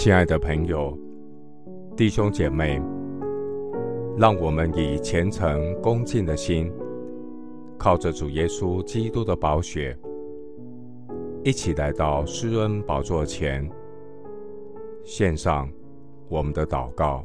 亲爱的朋友、弟兄姐妹，让我们以虔诚恭敬的心，靠着主耶稣基督的宝血，一起来到施恩宝座前，献上我们的祷告。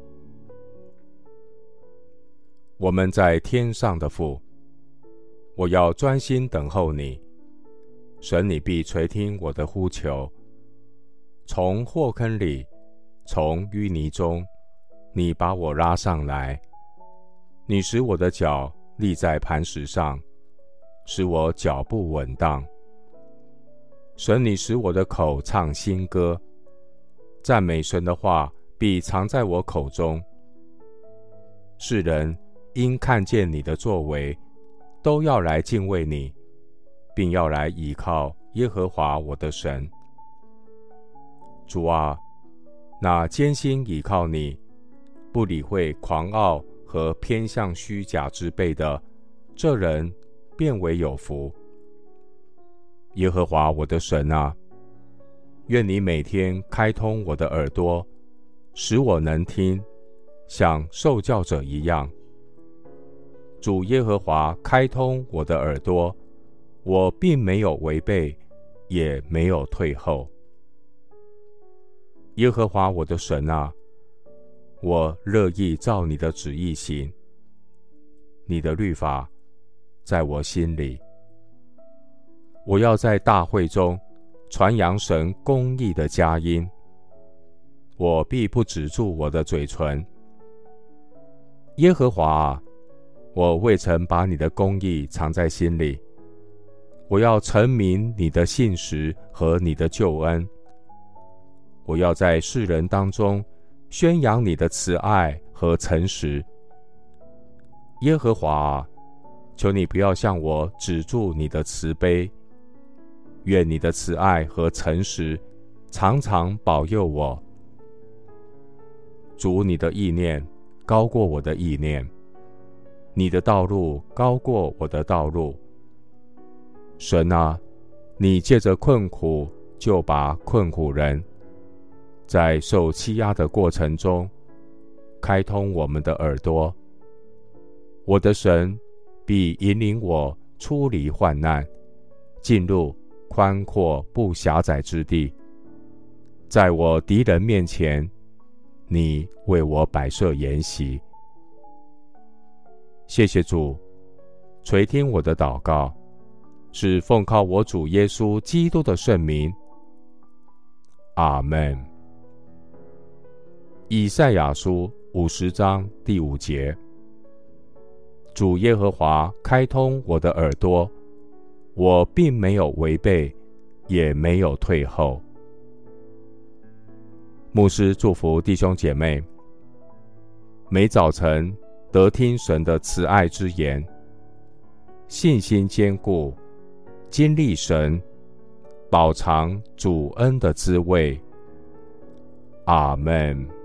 我们在天上的父，我要专心等候你，神，你必垂听我的呼求。从祸坑里，从淤泥中，你把我拉上来。你使我的脚立在磐石上，使我脚步稳当。神，你使我的口唱新歌，赞美神的话必藏在我口中。世人因看见你的作为，都要来敬畏你，并要来倚靠耶和华我的神。主啊，那艰辛倚靠你，不理会狂傲和偏向虚假之辈的，这人便为有福。耶和华我的神啊，愿你每天开通我的耳朵，使我能听，像受教者一样。主耶和华开通我的耳朵，我并没有违背，也没有退后。耶和华我的神啊，我乐意照你的旨意行。你的律法在我心里。我要在大会中传扬神公义的佳音。我必不止住我的嘴唇。耶和华啊，我未曾把你的公义藏在心里。我要陈明你的信实和你的救恩。我要在世人当中宣扬你的慈爱和诚实。耶和华啊，求你不要向我止住你的慈悲，愿你的慈爱和诚实常常保佑我。主，你的意念高过我的意念，你的道路高过我的道路。神啊，你借着困苦救拔困苦人，在受欺压的过程中，开通我们的耳朵。我的神必引领我出离患难，进入宽阔不狭窄之地。在我敌人面前，你为我摆设筵席。谢谢主，垂听我的祷告，是奉靠我主耶稣基督的圣名。阿们。以赛亚书50章第5节：主耶和华开通我的耳朵，我并没有违背，也没有退后。牧师祝福弟兄姐妹，每早晨得听神的慈爱之言，信心坚固，经历神，饱尝主恩的滋味。阿们。